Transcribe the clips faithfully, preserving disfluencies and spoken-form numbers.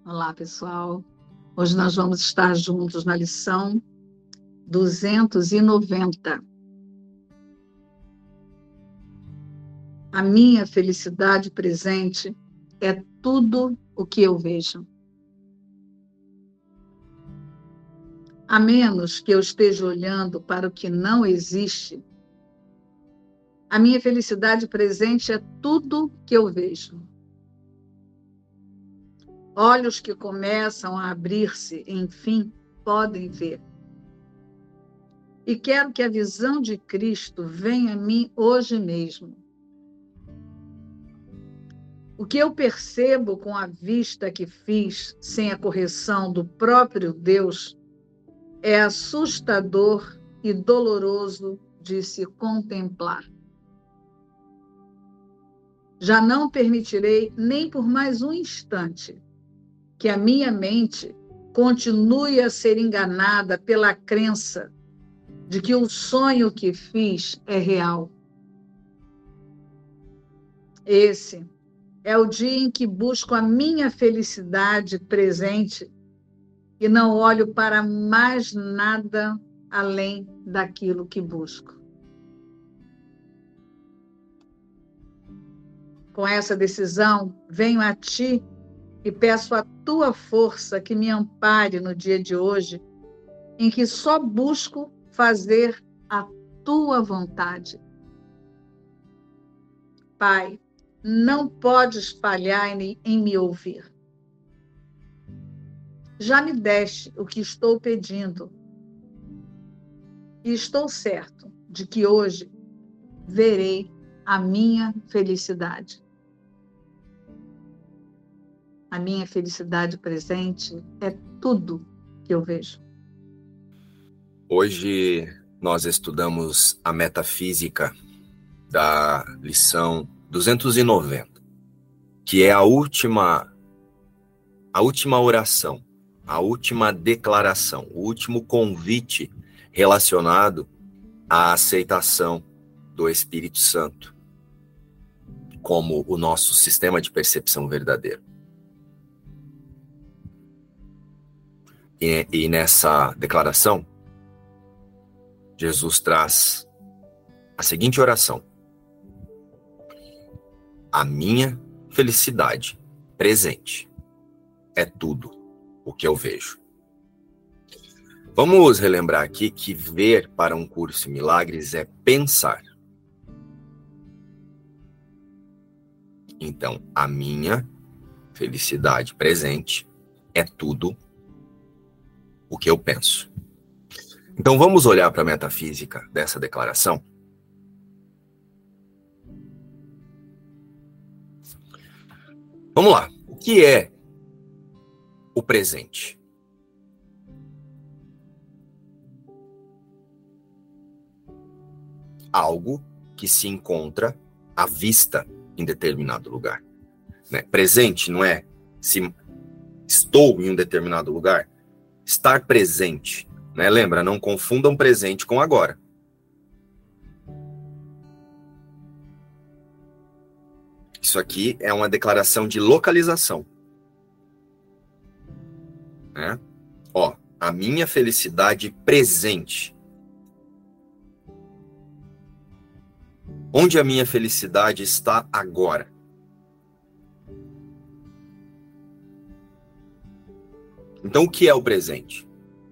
Olá, pessoal. Hoje nós vamos estar juntos na lição duzentos e noventa. A minha felicidade presente é tudo o que eu vejo. A menos que eu esteja olhando para o que não existe, a minha felicidade presente é tudo que eu vejo. Olhos que começam a abrir-se, enfim, podem ver. E quero que a visão de Cristo venha a mim hoje mesmo. O que eu percebo com a vista que fiz, sem a correção do próprio Deus, é assustador e doloroso de se contemplar. Já não permitirei, nem por mais um instante, que a minha mente continue a ser enganada pela crença de que o sonho que fiz é real. Esse é o dia em que busco a minha felicidade presente e não olho para mais nada além daquilo que busco. Com essa decisão, venho a ti e peço a tua força que me ampare no dia de hoje, em que só busco fazer a tua vontade. Pai, não podes falhar em, em me ouvir. Já me deste o que estou pedindo e estou certo de que hoje verei a minha felicidade. A minha felicidade presente é tudo que eu vejo. Hoje nós estudamos a metafísica da lição duzentos e noventa, que é a última, a última oração, a última declaração, o último convite relacionado à aceitação do Espírito Santo como o nosso sistema de percepção verdadeiro. E, e nessa declaração, Jesus traz a seguinte oração: a minha felicidade presente é tudo o que eu vejo. Vamos relembrar aqui que ver para um curso em milagres é pensar. Então, a minha felicidade presente é tudo o que eu penso. Então, vamos olhar para a metafísica dessa declaração? Vamos lá. O que é o presente? Algo que se encontra à vista em determinado lugar. Né? Presente não é se estou em um determinado lugar. Estar presente. Né? Lembra, não confundam presente com agora. Isso aqui é uma declaração de localização. Né? Ó, a minha felicidade presente. Onde a minha felicidade está agora? Então, o que é o presente?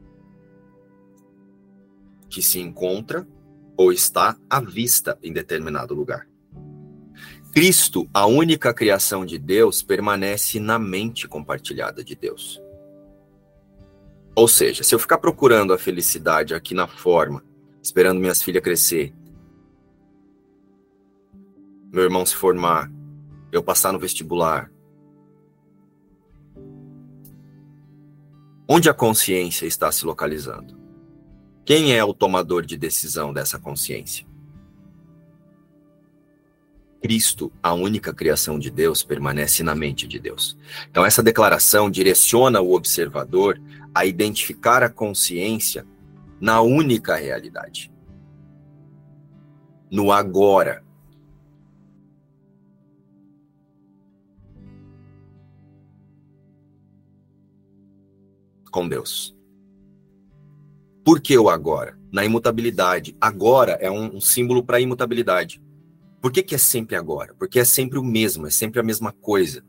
Que se encontra ou está à vista em determinado lugar. Cristo, a única criação de Deus, permanece na mente compartilhada de Deus. Ou seja, se eu ficar procurando a felicidade aqui na forma, esperando minhas filhas crescer, meu irmão se formar, eu passar no vestibular, onde a consciência está se localizando? Quem é o tomador de decisão dessa consciência? Cristo, a única criação de Deus, permanece na mente de Deus. Então, essa declaração direciona o observador a identificar a consciência na única realidade. No agora. com Deus. Por que o agora? Na imutabilidade. Agora é um, um símbolo para a imutabilidade. Por que que é sempre agora? Porque é sempre o mesmo, é sempre a mesma coisa.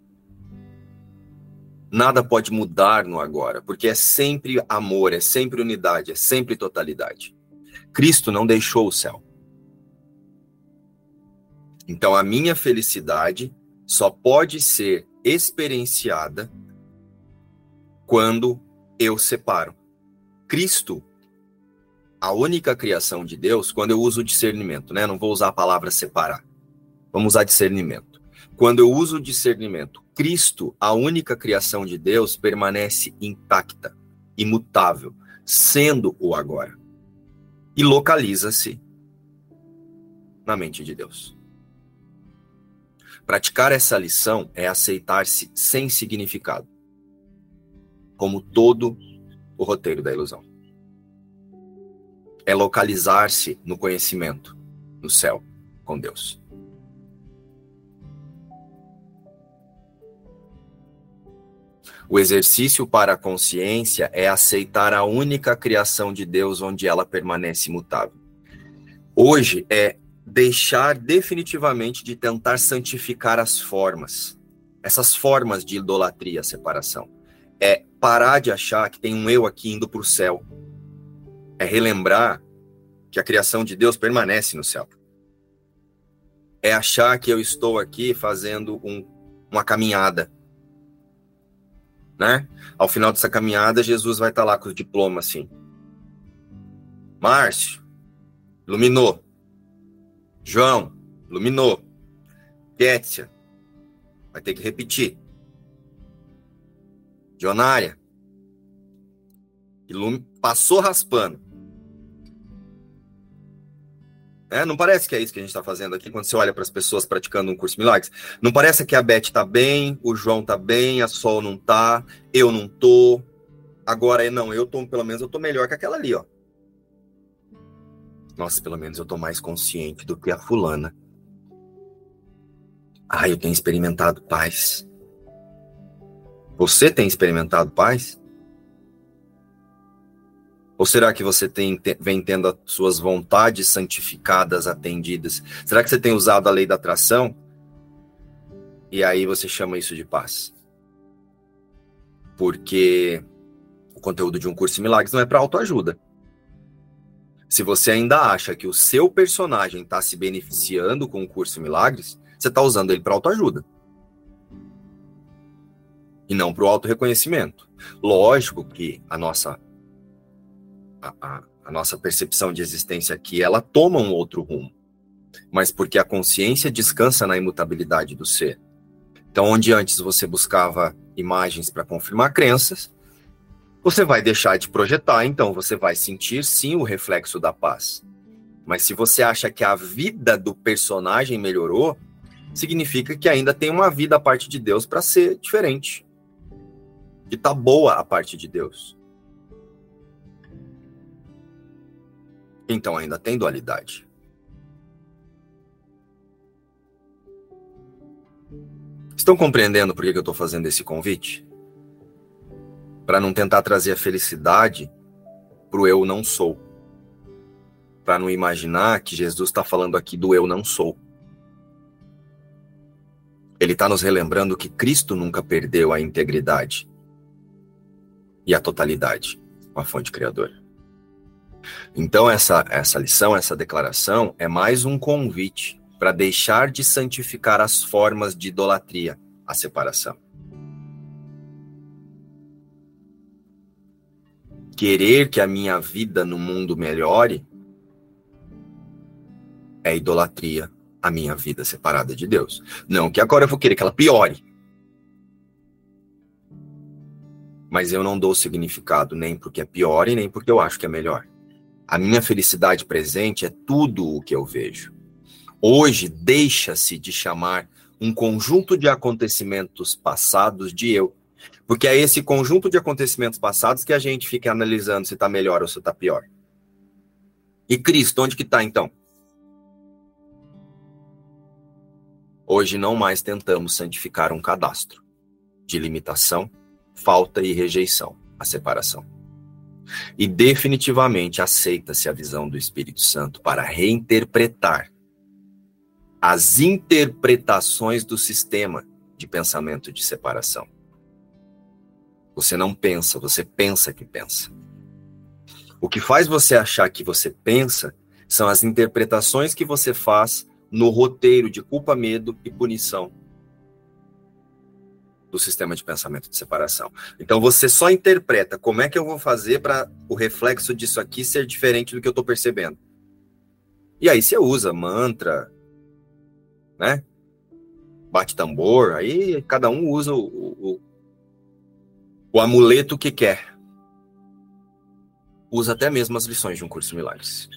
Nada pode mudar no agora, porque é sempre amor, é sempre unidade, é sempre totalidade. Cristo não deixou o céu. Então a minha felicidade só pode ser experienciada quando eu separo. Cristo, a única criação de Deus, quando eu uso discernimento, né? Não vou usar a palavra separar. Vamos usar discernimento. Quando eu uso discernimento, Cristo, a única criação de Deus, permanece intacta, imutável, sendo o agora. E localiza-se na mente de Deus. Praticar essa lição é aceitar-se sem significado, como todo o roteiro da ilusão. É localizar-se no conhecimento, no céu, com Deus. O exercício para a consciência é aceitar a única criação de Deus onde ela permanece imutável. Hoje é deixar definitivamente de tentar santificar as formas, essas formas de idolatria, separação. É parar de achar que tem um eu aqui indo para o céu. É relembrar que a criação de Deus permanece no céu. É achar que eu estou aqui fazendo um, uma caminhada. Né? Ao final dessa caminhada, Jesus vai estar lá com o diploma assim. Márcio, iluminou. João, iluminou. Kétia, vai ter que repetir. Dionária, ilum... passou raspando. É, não parece que é isso que a gente está fazendo aqui quando você olha para as pessoas praticando um curso de milagres? Não parece que a Beth está bem, o João está bem, a Sol não está, eu não tô. Agora, não, eu tô, pelo menos eu tô melhor que aquela ali, ó. Nossa, pelo menos eu tô mais consciente do que a fulana. Ah, eu tenho experimentado paz. Você tem experimentado paz? Ou será que você tem, vem tendo as suas vontades santificadas, atendidas? Será que você tem usado a lei da atração? E aí você chama isso de paz? Porque o conteúdo de um curso de milagres não é para autoajuda. Se você ainda acha que o seu personagem está se beneficiando com o curso de milagres, você está usando ele para autoajuda. E não para o autorreconhecimento. Lógico que a nossa... A, a, a nossa percepção de existência aqui, ela toma um outro rumo. Mas porque a consciência descansa na imutabilidade do ser. Então, onde antes você buscava imagens para confirmar crenças, você vai deixar de projetar, então você vai sentir sim o reflexo da paz. Mas se você acha que a vida do personagem melhorou, significa que ainda tem uma vida a parte de Deus para ser diferente. Que tá boa a parte de Deus. Então ainda tem dualidade. Estão compreendendo por que eu estou fazendo esse convite? Para não tentar trazer a felicidade para o eu não sou. Para não imaginar que Jesus está falando aqui do eu não sou. Ele está nos relembrando que Cristo nunca perdeu a integridade e a totalidade com a fonte criadora. Então essa, essa lição, essa declaração é mais um convite para deixar de santificar as formas de idolatria, a separação. Querer que a minha vida no mundo melhore é idolatria, a minha vida separada de Deus. Não que agora eu vou querer que ela piore. Mas eu não dou significado nem porque é pior e nem porque eu acho que é melhor. A minha felicidade presente é tudo o que eu vejo. Hoje deixa-se de chamar um conjunto de acontecimentos passados de eu. Porque é esse conjunto de acontecimentos passados que a gente fica analisando se está melhor ou se está pior. E Cristo, onde que está então? Hoje não mais tentamos santificar um cadastro de limitação, falta e rejeição. a separação. E definitivamente aceita-se a visão do Espírito Santo para reinterpretar as interpretações do sistema de pensamento de separação. Você não pensa, você pensa que pensa. O que faz você achar que você pensa são as interpretações que você faz no roteiro de culpa, medo e punição do sistema de pensamento de separação. Então você só interpreta como é que eu vou fazer para o reflexo disso aqui ser diferente do que eu estou percebendo. E aí você usa mantra, né? Bate tambor, aí cada um usa o, o, o amuleto que quer. Usa até mesmo as lições de Um Curso de Milagres.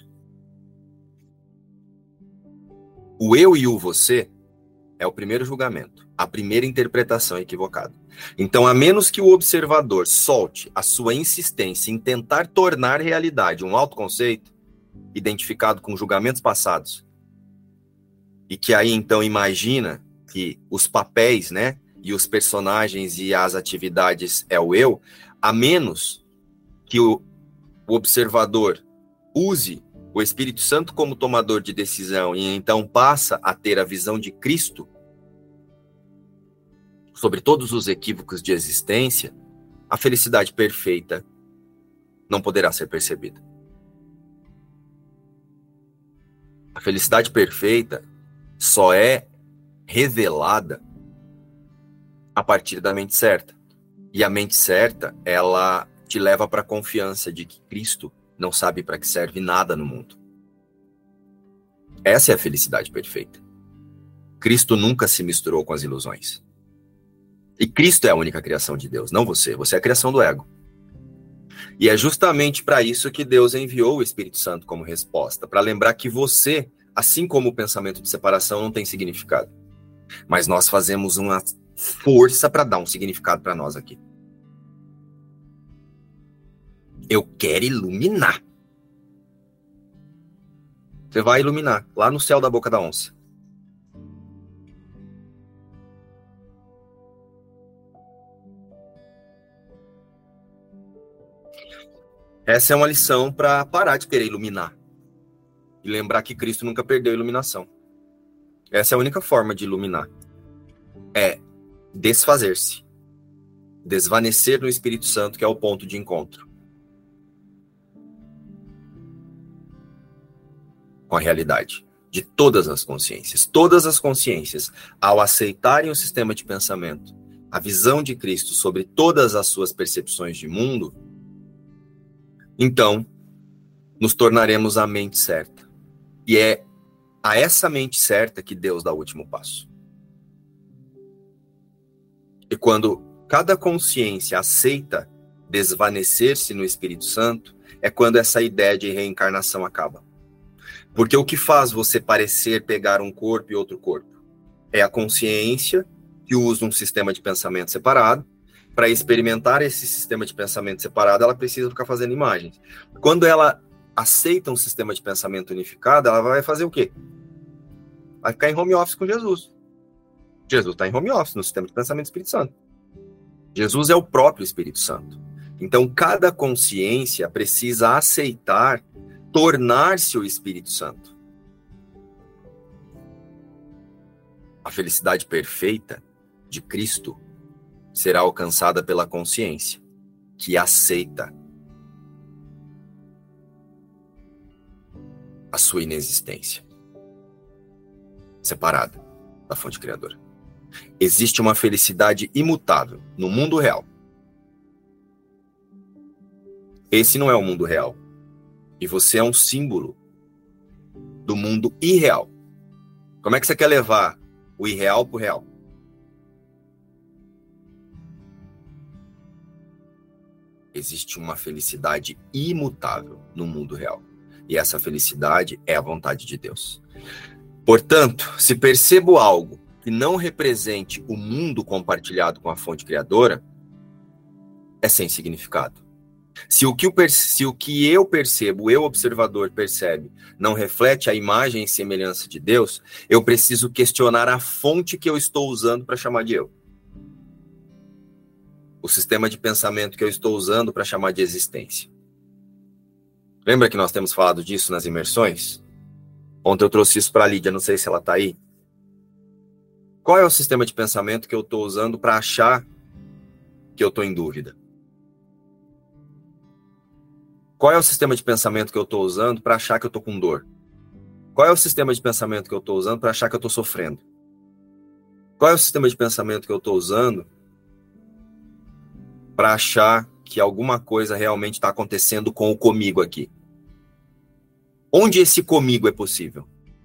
O eu e o você é o primeiro julgamento, a primeira interpretação equivocada. Então, a menos que o observador solte a sua insistência em tentar tornar realidade um autoconceito, identificado com julgamentos passados, e que aí então imagina que os papéis, né, e os personagens e as atividades é o eu, a menos que o, o observador use o Espírito Santo como tomador de decisão e então passa a ter a visão de Cristo sobre todos os equívocos de existência, a felicidade perfeita não poderá ser percebida. A felicidade perfeita só é revelada a partir da mente certa. E a mente certa, ela te leva para a confiança de que Cristo não sabe para que serve nada no mundo. Essa é a felicidade perfeita. Cristo nunca se misturou com as ilusões. E Cristo é a única criação de Deus, não você. Você é a criação do ego. E é justamente para isso que Deus enviou o Espírito Santo como resposta, para lembrar que você, assim como o pensamento de separação, não tem significado. Mas nós fazemos uma força para dar um significado para nós aqui. Eu quero iluminar. Você vai iluminar, lá no céu da boca da onça. Essa é uma lição para parar de querer iluminar. E lembrar que Cristo nunca perdeu a iluminação. Essa é a única forma de iluminar. É desfazer-se. Desvanecer no Espírito Santo, que é o ponto de encontro com a realidade de todas as consciências. Todas as consciências, ao aceitarem o sistema de pensamento, a visão de Cristo sobre todas as suas percepções de mundo, então nos tornaremos a mente certa. E é a essa mente certa que Deus dá o último passo. E quando cada consciência aceita desvanecer-se no Espírito Santo, é quando essa ideia de reencarnação acaba. Porque o que faz você parecer pegar um corpo e outro corpo? É a consciência que usa um sistema de pensamento separado. Para experimentar esse sistema de pensamento separado, ela precisa ficar fazendo imagens. Quando ela aceita um sistema de pensamento unificado, ela vai fazer o quê? Vai ficar em home office com Jesus. Jesus está em home office no sistema de pensamento do Espírito Santo. Jesus é o próprio Espírito Santo. Então, cada consciência precisa aceitar tornar-se o Espírito Santo. A felicidade perfeita de Cristo será alcançada pela consciência que aceita a sua inexistência, separada da fonte criadora. Existe uma felicidade imutável no mundo real. Esse não é o mundo real. E você é um símbolo do mundo irreal. Como é que você quer levar o irreal para o real? Existe uma felicidade imutável no mundo real. E essa felicidade é a vontade de Deus. Portanto, se percebo algo que não represente o mundo compartilhado com a fonte criadora, é sem significado. Se o que, eu, se o que eu percebo, eu observador percebe, não reflete a imagem e semelhança de Deus, eu preciso questionar a fonte que eu estou usando para chamar de eu. o sistema de pensamento que eu estou usando para chamar de existência. Lembra que nós temos falado disso nas imersões? Ontem eu trouxe isso para a Lídia, não sei se ela está aí. Qual é o sistema de pensamento que eu estou usando para achar que eu estou em dúvida? Qual é o sistema de pensamento que eu estou usando para achar que eu estou com dor? Qual é o sistema de pensamento que eu estou usando para achar que eu estou sofrendo? Qual é o sistema de pensamento que eu estou usando para achar que alguma coisa realmente está acontecendo com o comigo aqui? Onde esse comigo é possível?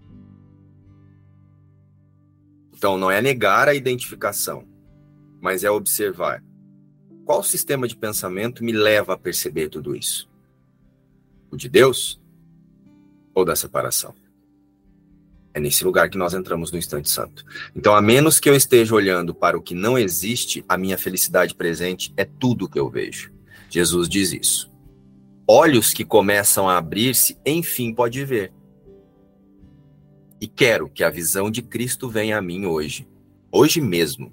Então, não é negar a identificação, mas é observar. Qual sistema de pensamento me leva a perceber tudo isso? O de Deus ou da separação? É nesse lugar que nós entramos no instante santo. Então, a menos que eu esteja olhando para o que não existe, a minha felicidade presente é tudo que eu vejo. Jesus diz isso. Olhos que começam a abrir-se, enfim pode ver. E quero que a visão de Cristo venha a mim hoje. Hoje mesmo.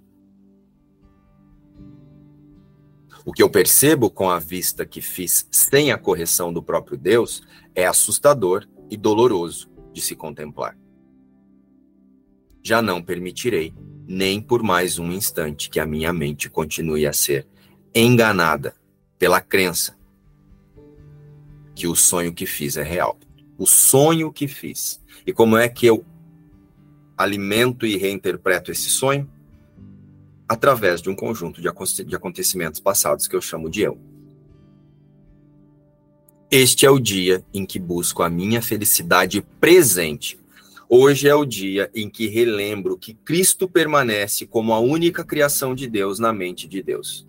O que eu percebo com a vista que fiz sem a correção do próprio Deus é assustador e doloroso de se contemplar. Já não permitirei, nem por mais um instante, que a minha mente continue a ser enganada pela crença que o sonho que fiz é real. O sonho que fiz. E como é que eu alimento e reinterpreto esse sonho? Através de um conjunto de acontecimentos passados que eu chamo de eu. Este é o dia em que busco a minha felicidade presente. Hoje é o dia em que relembro que Cristo permanece como a única criação de Deus na mente de Deus.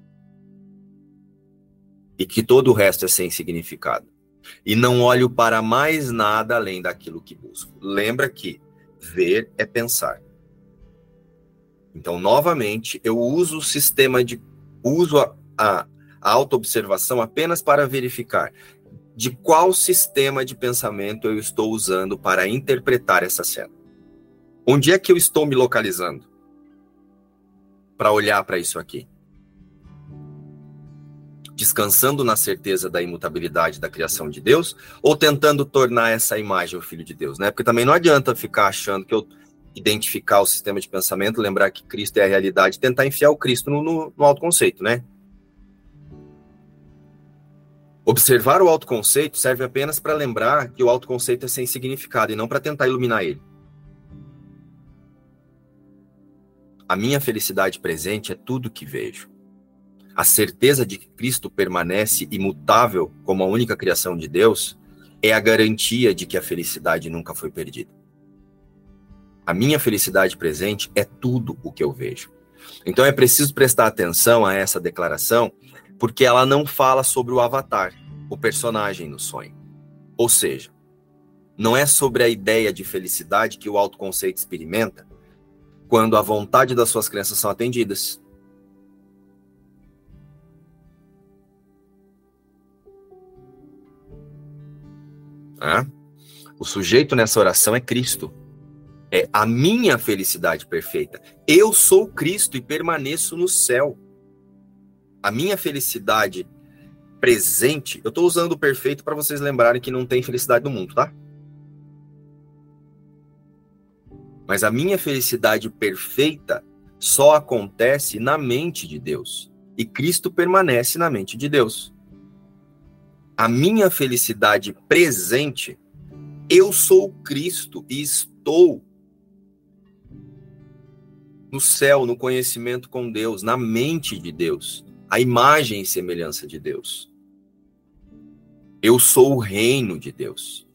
E que todo o resto é sem significado. E não olho para mais nada além daquilo que busco. Lembra que ver é pensar. Então, novamente, eu uso o sistema de... Uso a, a, a auto-observação apenas para verificar de qual sistema de pensamento eu estou usando para interpretar essa cena. Onde é que eu estou me localizando para olhar para isso aqui? Descansando na certeza da imutabilidade da criação de Deus ou tentando tornar essa imagem o Filho de Deus, né? Porque também não adianta ficar achando que eu identificar o sistema de pensamento, lembrar que Cristo é a realidade, tentar enfiar o Cristo no, no, no autoconceito, né? Observar o autoconceito serve apenas para lembrar que o autoconceito é sem significado e não para tentar iluminar ele. A minha felicidade presente é tudo que vejo. A certeza de que Cristo permanece imutável como a única criação de Deus é a garantia de que a felicidade nunca foi perdida. A minha felicidade presente é tudo o que eu vejo. Então é preciso prestar atenção a essa declaração, porque ela não fala sobre o avatar, o personagem no sonho. Ou seja, não é sobre a ideia de felicidade que o autoconceito experimenta quando a vontade das suas crenças são atendidas. Ah, o sujeito nessa oração é Cristo. É a minha felicidade perfeita. Eu sou Cristo e permaneço no céu. A minha felicidade presente, eu estou usando o perfeito para vocês lembrarem que não tem felicidade no mundo, tá? Mas a minha felicidade perfeita só acontece na mente de Deus. E Cristo permanece na mente de Deus. A minha felicidade presente, eu sou Cristo e estou no céu, no conhecimento com Deus, na mente de Deus, a imagem e semelhança de Deus. Eu sou o reino de Deus.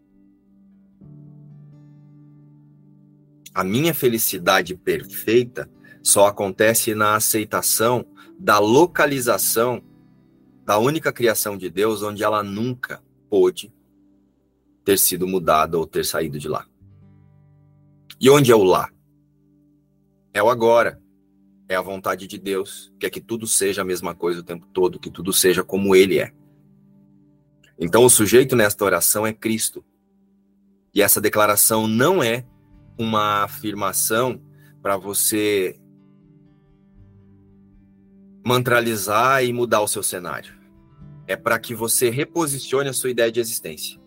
A minha felicidade perfeita só acontece na aceitação da localização da única criação de Deus, onde ela nunca pôde ter sido mudada ou ter saído de lá. E onde é o lá? É o agora. É a vontade de Deus, que é que tudo seja a mesma coisa o tempo todo, que tudo seja como Ele é. Então o sujeito nesta oração é Cristo. E essa declaração não é uma afirmação para você mantralizar e mudar o seu cenário. É para que você reposicione a sua ideia de existência.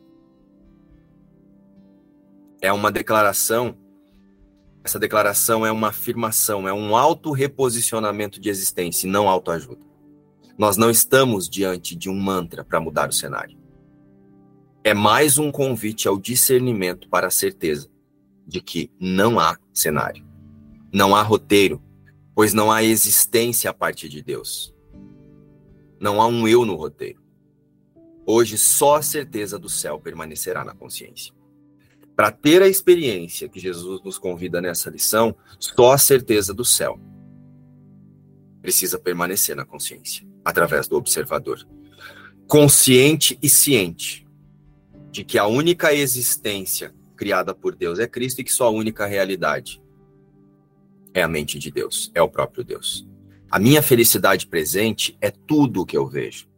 É uma declaração, essa declaração é uma afirmação, é um auto-reposicionamento de existência e não autoajuda. Nós não estamos diante de um mantra para mudar o cenário. É mais um convite ao discernimento para a certeza de que não há cenário, não há roteiro, pois não há existência a partir de Deus. Não há um eu no roteiro. Hoje só a certeza do céu permanecerá na consciência. Para ter a experiência que Jesus nos convida nessa lição, só a certeza do céu precisa permanecer na consciência, através do observador. Consciente e ciente de que a única existência criada por Deus é Cristo e que sua única realidade é a mente de Deus, é o próprio Deus. A minha felicidade presente é tudo o que eu vejo.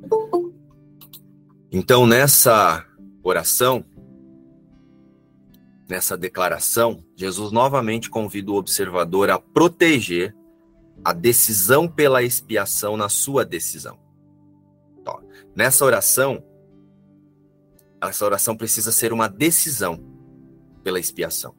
Então, nessa oração, nessa declaração, Jesus novamente convida o observador a proteger a decisão pela expiação na sua decisão. Então, nessa oração, essa oração precisa ser uma decisão pela expiação.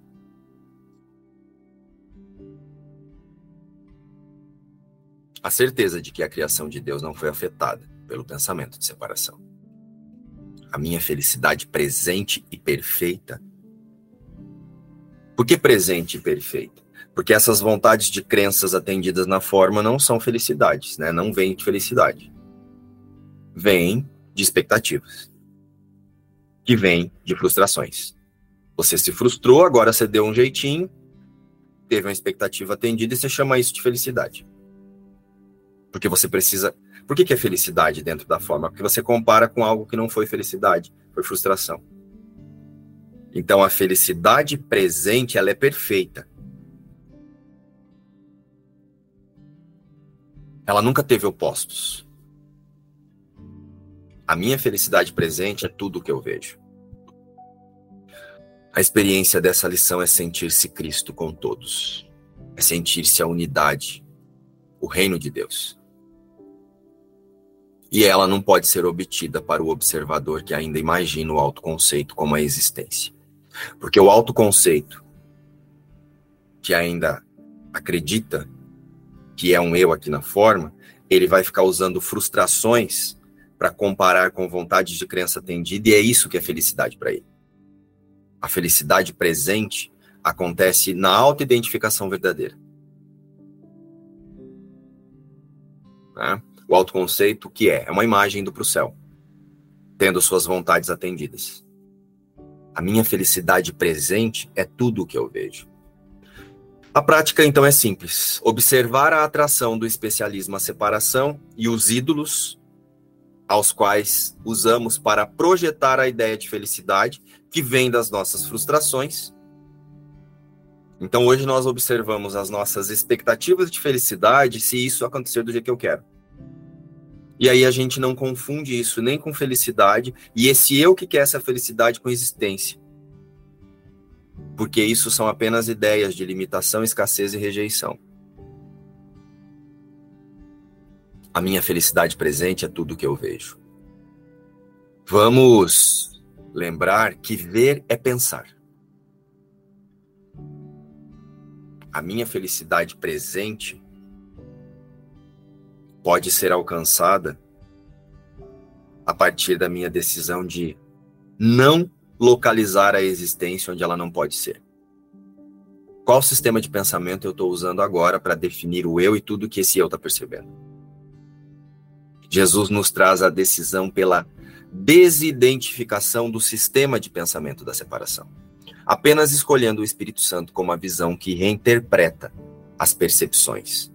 A certeza de que a criação de Deus não foi afetada pelo pensamento de separação. A minha felicidade presente e perfeita. Por que presente e perfeita? Porque essas vontades de crenças atendidas na forma não são felicidades, né? Não vêm de felicidade. Vêm de expectativas. Que vêm de frustrações. Você se frustrou, agora você deu um jeitinho, teve uma expectativa atendida e você chama isso de felicidade. Porque você precisa... Por que que é felicidade dentro da forma? Porque você compara com algo que não foi felicidade, foi frustração. Então, a felicidade presente, ela é perfeita. Ela nunca teve opostos. A minha felicidade presente é tudo o que eu vejo. A experiência dessa lição é sentir-se Cristo com todos. É sentir-se a unidade, o reino de Deus. E ela não pode ser obtida para o observador que ainda imagina o autoconceito como a existência. Porque o autoconceito, que ainda acredita que é um eu aqui na forma, ele vai ficar usando frustrações para comparar com vontades de crença atendida, e é isso que é felicidade para ele. A felicidade presente acontece na autoidentificação verdadeira. Né? O autoconceito, que é? É uma imagem indo para o céu, tendo suas vontades atendidas. A minha felicidade presente é tudo o que eu vejo. A prática, então, é simples. Observar a atração do especialismo à separação e os ídolos aos quais usamos para projetar a ideia de felicidade que vem das nossas frustrações. Então, hoje nós observamos as nossas expectativas de felicidade se isso acontecer do jeito que eu quero. E aí a gente não confunde isso nem com felicidade e esse eu que quer essa felicidade com existência. Porque isso são apenas ideias de limitação, escassez e rejeição. A minha felicidade presente é tudo que eu vejo. Vamos lembrar que ver é pensar. A minha felicidade presente pode ser alcançada a partir da minha decisão de não localizar a existência onde ela não pode ser. Qual sistema de pensamento eu estou usando agora para definir o eu e tudo que esse eu está percebendo? Jesus nos traz a decisão pela desidentificação do sistema de pensamento da separação, apenas escolhendo o Espírito Santo como a visão que reinterpreta as percepções.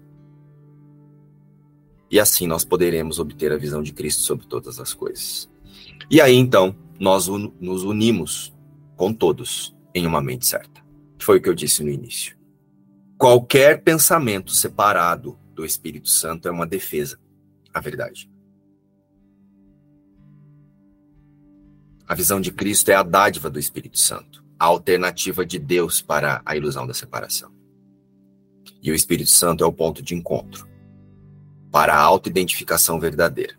E assim nós poderemos obter a visão de Cristo sobre todas as coisas. E aí, então, nós un- nos unimos com todos em uma mente certa. Foi o que eu disse no início. Qualquer pensamento separado do Espírito Santo é uma defesa à verdade. A visão de Cristo é a dádiva do Espírito Santo, a alternativa de Deus para a ilusão da separação. E o Espírito Santo é o ponto de encontro. para a autoidentificação verdadeira.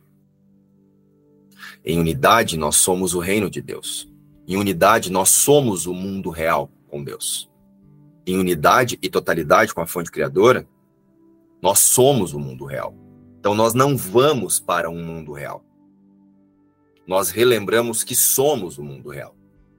Em unidade, nós somos o reino de Deus. Em unidade, nós somos o mundo real com Deus. Em unidade e totalidade com a fonte criadora, nós somos o mundo real. Então, nós não vamos para um mundo real. Nós relembramos que somos o mundo real.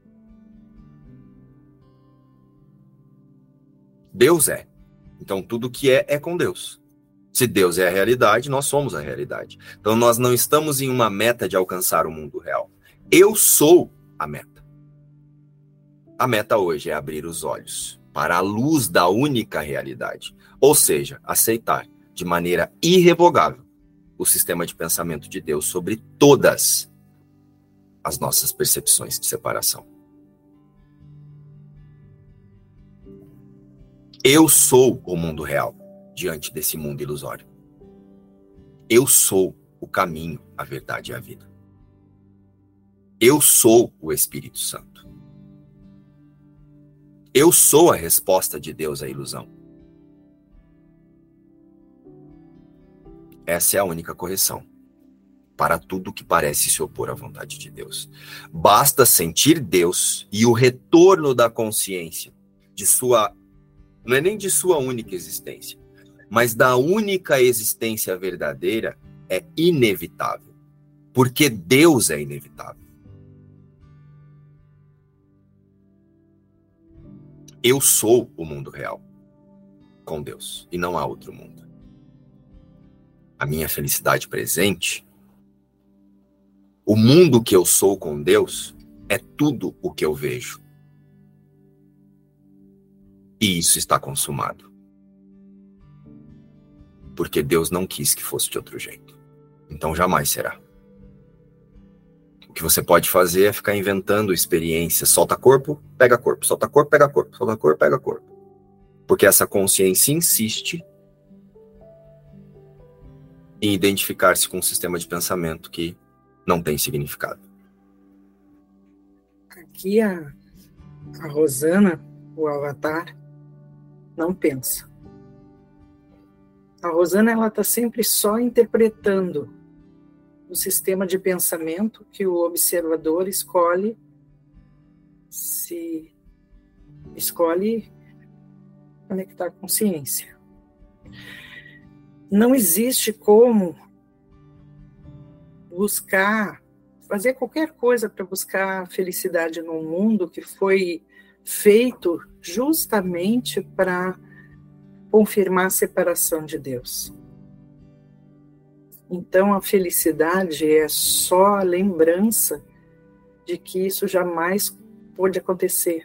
Deus é. Então, tudo que é, é com Deus. Se Deus é a realidade, nós somos a realidade. Então, nós não estamos em uma meta de alcançar o mundo real. Eu sou a meta. A meta hoje é abrir os olhos para a luz da única realidade. Ou seja, aceitar de maneira irrevogável o sistema de pensamento de Deus sobre todas as nossas percepções de separação. Eu sou o mundo real diante desse mundo ilusório. Eu sou o caminho, a verdade e a vida. Eu sou o Espírito Santo. Eu sou a resposta de Deus à ilusão. Essa é a única correção para tudo que parece se opor à vontade de Deus. Basta sentir Deus e o retorno da consciência de sua, não é nem de sua única existência, mas da única existência verdadeira é inevitável, porque Deus é inevitável. Eu sou o mundo real com Deus e não há outro mundo. A minha felicidade presente, o mundo que eu sou com Deus, é tudo o que eu vejo. E isso está consumado. Porque Deus não quis que fosse de outro jeito. Então jamais será. O que você pode fazer é ficar inventando experiências. Solta corpo, pega corpo. Solta corpo, pega corpo. Solta corpo, pega corpo. Porque essa consciência insiste em identificar-se com um sistema de pensamento que não tem significado. Aqui a, a Rosana, o avatar, não pensa. A Rosana, ela está sempre só interpretando o sistema de pensamento que o observador escolhe, se escolhe conectar a consciência. Não existe como buscar, fazer qualquer coisa para buscar felicidade num mundo que foi feito justamente para confirmar a separação de Deus. Então, a felicidade é só a lembrança de que isso jamais pôde acontecer.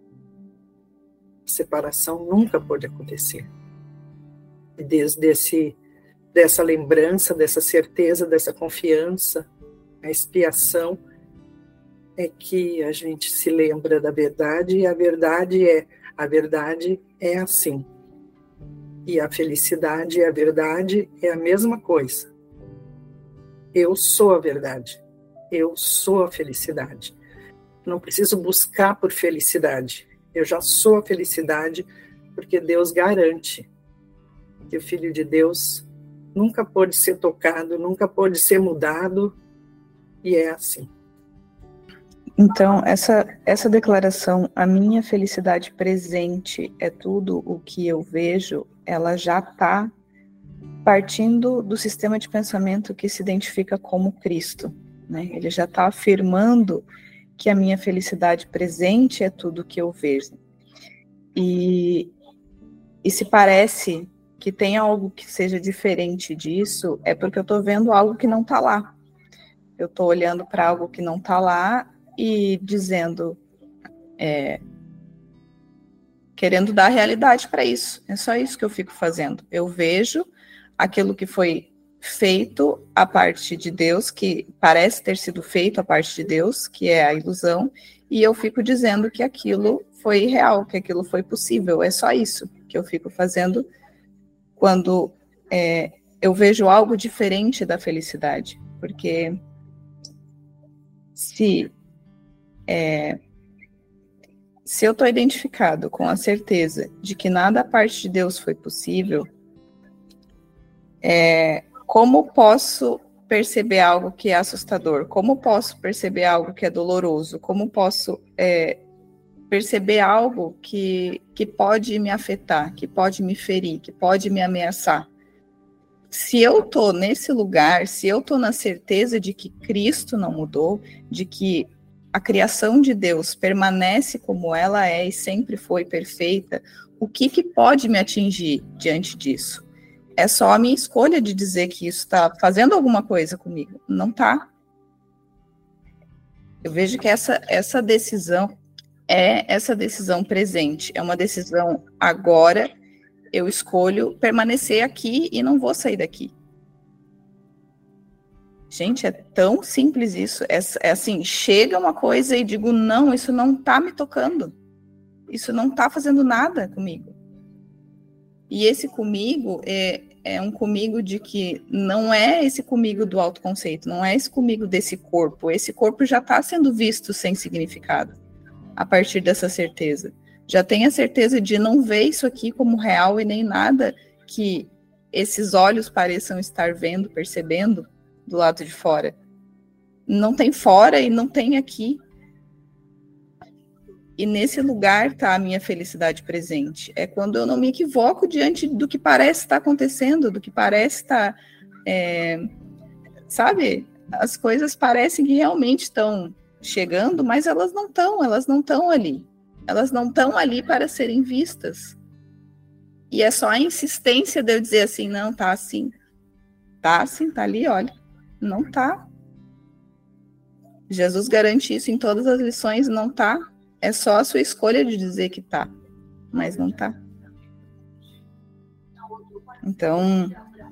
A separação nunca pôde acontecer. E desde esse, dessa lembrança, dessa certeza, dessa confiança, a expiação, é que a gente se lembra da verdade, e a verdade é, a verdade é assim. E a felicidade e a verdade é a mesma coisa. Eu sou a verdade. Eu sou a felicidade. Não preciso buscar por felicidade. Eu já sou a felicidade, porque Deus garante que o Filho de Deus nunca pôde ser tocado, nunca pôde ser mudado, e é assim. Então, essa, essa declaração, a minha felicidade presente é tudo o que eu vejo, ela já está partindo do sistema de pensamento que se identifica como Cristo, né? Ele já está afirmando que a minha felicidade presente é tudo o que eu vejo. E, e se parece que tem algo que seja diferente disso, é porque eu estou vendo algo que não está lá. Eu estou olhando para algo que não está lá e dizendo, é, querendo dar realidade para isso. É só isso que eu fico fazendo. Eu vejo aquilo que foi feito a parte de Deus, que parece ter sido feito a parte de Deus, que é a ilusão, e eu fico dizendo que aquilo foi real, que aquilo foi possível. É só isso que eu fico fazendo quando é, eu vejo algo diferente da felicidade. Porque se, é, se eu estou identificado com a certeza de que nada a parte de Deus foi possível, é, como posso perceber algo que é assustador? Como posso perceber algo que é doloroso? Como posso é, perceber algo que, que pode me afetar, que pode me ferir, que pode me ameaçar? Se eu estou nesse lugar, se eu estou na certeza de que Cristo não mudou, de que a criação de Deus permanece como ela é e sempre foi perfeita, o que, que pode me atingir diante disso? É só a minha escolha de dizer que isso está fazendo alguma coisa comigo. Não está. Eu vejo que essa, essa decisão é essa decisão presente. É uma decisão agora. Eu escolho permanecer aqui e não vou sair daqui. Gente, é tão simples isso. É, é assim, chega uma coisa e digo, não, isso não está me tocando. Isso não está fazendo nada comigo. E esse comigo é, é um comigo de que não é esse comigo do autoconceito, não é esse comigo desse corpo. Esse corpo já está sendo visto sem significado, a partir dessa certeza. Já tem a certeza de não ver isso aqui como real e nem nada que esses olhos pareçam estar vendo, percebendo do lado de fora. Não tem fora e não tem aqui. E nesse lugar está a minha felicidade presente. É quando eu não me equivoco diante do que parece estar acontecendo, do que parece estar... É, sabe? As coisas parecem que realmente estão chegando, mas elas não estão, elas não estão ali. Elas não estão ali para serem vistas. E é só a insistência de eu dizer assim, não, tá assim. Tá assim, tá ali, olha. Não tá. Jesus garante isso em todas as lições, não tá. É só a sua escolha de dizer que tá, mas não tá. Então,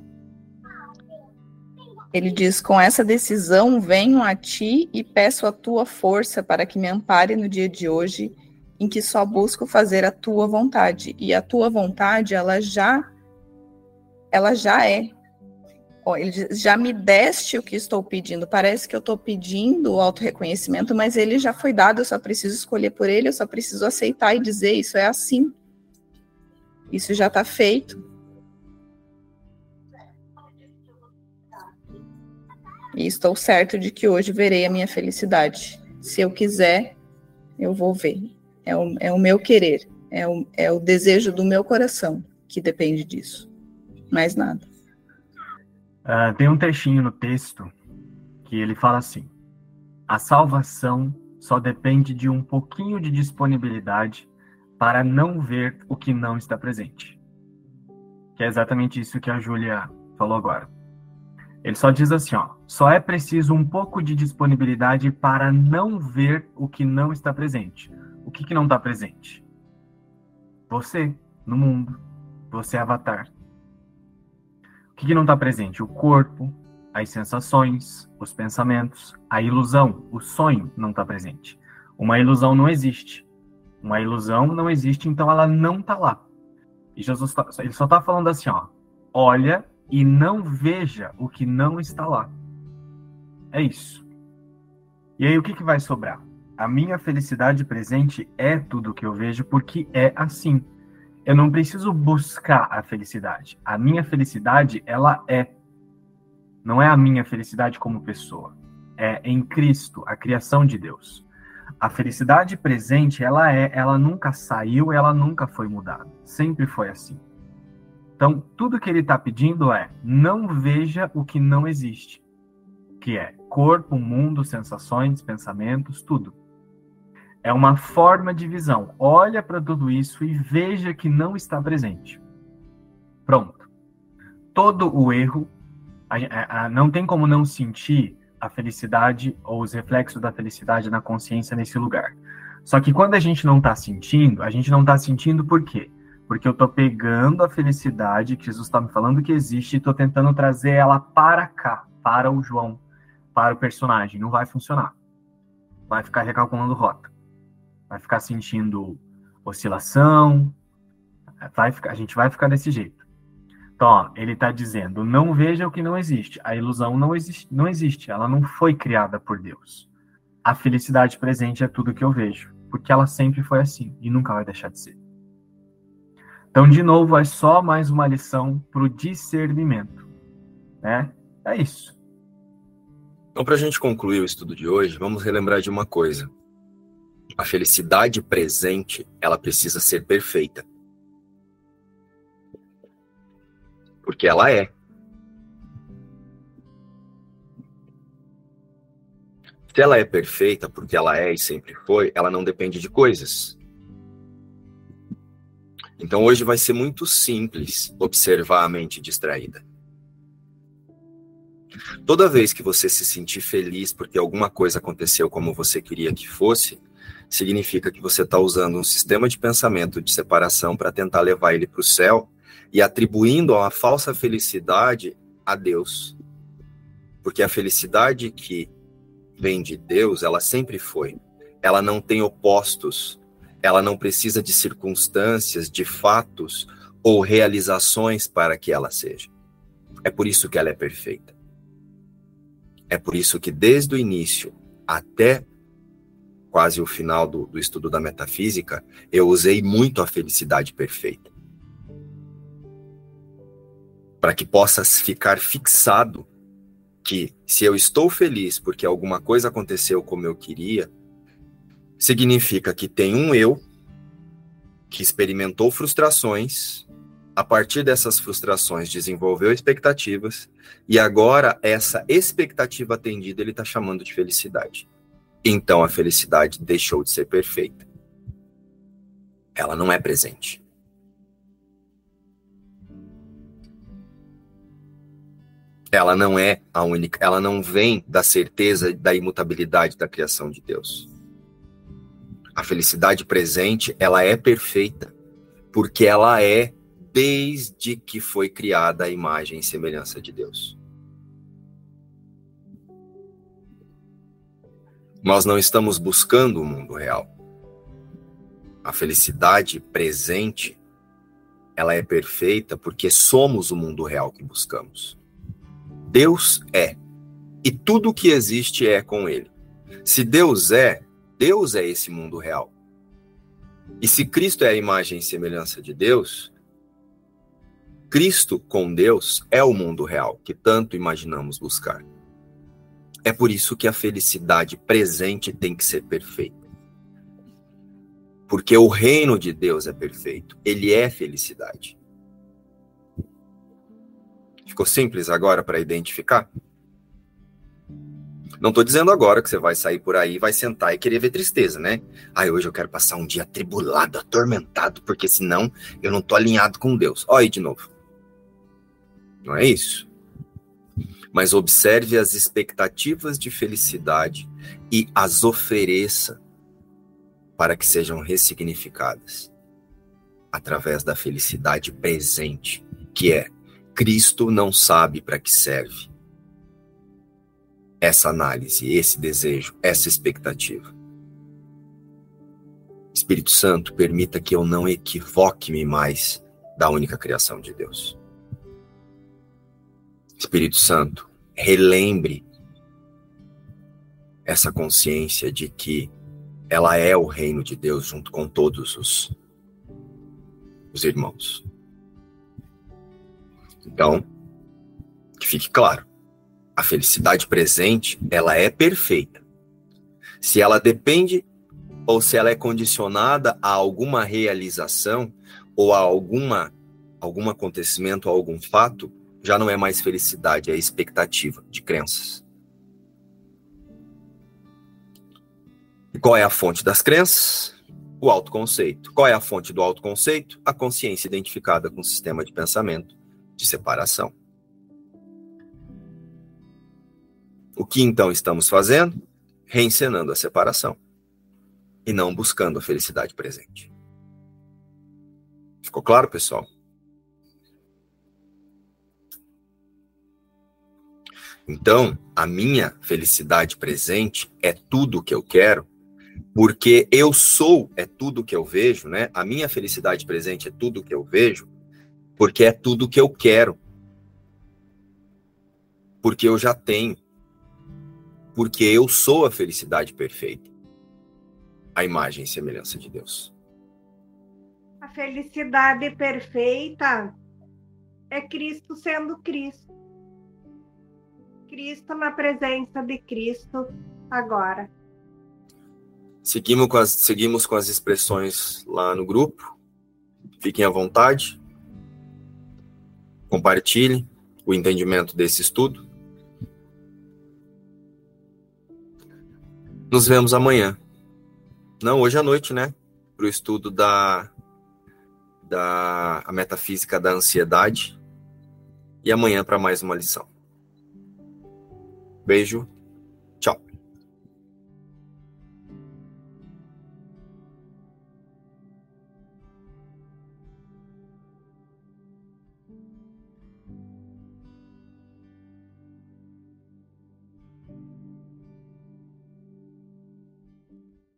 ele diz, com essa decisão, venho a ti e peço a tua força para que me ampare no dia de hoje, em que só busco fazer a tua vontade. E a tua vontade, ela já, ela já é. Ó, ele diz, já me deste o que estou pedindo. Parece que eu estou pedindo o autorreconhecimento, mas ele já foi dado, eu só preciso escolher por ele, eu só preciso aceitar e dizer, isso é assim. Isso já está feito. E estou certo de que hoje verei a minha felicidade. Se eu quiser, eu vou ver. É o, é o meu querer, é o, é o desejo do meu coração que depende disso. Mais nada. Uh, tem um trechinho no texto que ele fala assim: a salvação só depende de um pouquinho de disponibilidade para não ver o que não está presente. Que é exatamente isso que a Júlia falou agora. Ele só diz assim, ó, só é preciso um pouco de disponibilidade para não ver o que não está presente. O que, que não está presente? Você, no mundo. Você, avatar. O que, que não está presente? O corpo, as sensações, os pensamentos, a ilusão, o sonho não está presente. Uma ilusão não existe. Uma ilusão não existe, então ela não está lá. E Jesus tá, ele só está falando assim, ó, olha e não veja o que não está lá. É isso. E aí o que, que vai sobrar? A minha felicidade presente é tudo que eu vejo porque é assim. Eu não preciso buscar a felicidade. A minha felicidade, ela é. Não é a minha felicidade como pessoa. É em Cristo, a criação de Deus. A felicidade presente, ela é, ela nunca saiu, ela nunca foi mudada. Sempre foi assim. Então, tudo que ele está pedindo é, não veja o que não existe. Que é corpo, mundo, sensações, pensamentos, tudo. É uma forma de visão. Olha para tudo isso e veja que não está presente. Pronto. Todo o erro, a, a, a, não tem como não sentir a felicidade ou os reflexos da felicidade na consciência nesse lugar. Só que quando a gente não está sentindo, a gente não está sentindo por quê? Porque eu estou pegando a felicidade que Jesus está me falando que existe e estou tentando trazer ela para cá, para o João, para o personagem. Não vai funcionar. Vai ficar recalculando rota. Vai ficar sentindo oscilação, vai ficar, a gente vai ficar desse jeito. Então, ó, ele está dizendo, não veja o que não existe. A ilusão não existe, não existe, ela não foi criada por Deus. A felicidade presente é tudo que eu vejo, porque ela sempre foi assim e nunca vai deixar de ser. Então, de novo, é só mais uma lição para o discernimento. né? É isso. Então, para a gente concluir o estudo de hoje, vamos relembrar de uma coisa. A felicidade presente, ela precisa ser perfeita. Porque ela é. Se ela é perfeita, porque ela é e sempre foi, ela não depende de coisas. Então hoje vai ser muito simples observar a mente distraída. Toda vez que você se sentir feliz porque alguma coisa aconteceu como você queria que fosse, significa que você está usando um sistema de pensamento de separação para tentar levar ele para o céu e atribuindo uma falsa felicidade a Deus. Porque a felicidade que vem de Deus, ela sempre foi. Ela não tem opostos. Ela não precisa de circunstâncias, de fatos ou realizações para que ela seja. É por isso que ela é perfeita. É por isso que desde o início até quase o final do, do estudo da metafísica, eu usei muito a felicidade perfeita. Para que possa ficar fixado que se eu estou feliz porque alguma coisa aconteceu como eu queria, significa que tem um eu que experimentou frustrações, a partir dessas frustrações desenvolveu expectativas, e agora essa expectativa atendida ele está chamando de felicidade. Então a felicidade deixou de ser perfeita. Ela não é presente. Ela não é a única, ela não vem da certeza da imutabilidade da criação de Deus. A felicidade presente, ela é perfeita, porque ela é desde que foi criada a imagem e semelhança de Deus. Nós não estamos buscando o mundo real. A felicidade presente, ela é perfeita porque somos o mundo real que buscamos. Deus é, e tudo que existe é com ele. Se Deus é, Deus é esse mundo real. E se Cristo é a imagem e semelhança de Deus, Cristo com Deus é o mundo real que tanto imaginamos buscar. É por isso que a felicidade presente tem que ser perfeita. Porque o reino de Deus é perfeito. Ele é felicidade. Ficou simples agora para identificar? Não estou dizendo agora que você vai sair por aí, vai sentar e querer ver tristeza, né? Ai, hoje eu quero passar um dia atribulado, atormentado, porque senão eu não estou alinhado com Deus. Olha aí de novo. Não é isso? Mas observe as expectativas de felicidade e as ofereça para que sejam ressignificadas através da felicidade presente, que é Cristo não sabe para que serve essa análise, esse desejo, essa expectativa. Espírito Santo, permita que eu não equivoque-me mais da única criação de Deus. Espírito Santo, relembre essa consciência de que ela é o reino de Deus junto com todos os, os irmãos. Então, que fique claro, a felicidade presente, ela é perfeita. Se ela depende ou se ela é condicionada a alguma realização ou a alguma, algum acontecimento, a algum fato, já não é mais felicidade, é expectativa de crenças. E qual é a fonte das crenças? O autoconceito. Qual é a fonte do autoconceito? A consciência identificada com o sistema de pensamento de separação. O que então estamos fazendo? Reencenando a separação e não buscando a felicidade presente. Ficou claro, pessoal? Então, a minha felicidade presente é tudo o que eu quero, porque eu sou é tudo o que eu vejo, né? A minha felicidade presente é tudo o que eu vejo, porque é tudo o que eu quero. Porque eu já tenho. Porque eu sou a felicidade perfeita. A imagem e semelhança de Deus. A felicidade perfeita é Cristo sendo Cristo. Cristo, na presença de Cristo agora. Seguimos com as, seguimos com as expressões lá no grupo. Fiquem à vontade. Compartilhem o entendimento desse estudo. Nos vemos amanhã. Não, hoje à noite, né? Para o estudo da, da a metafísica da ansiedade. E amanhã para mais uma lição. Beijo.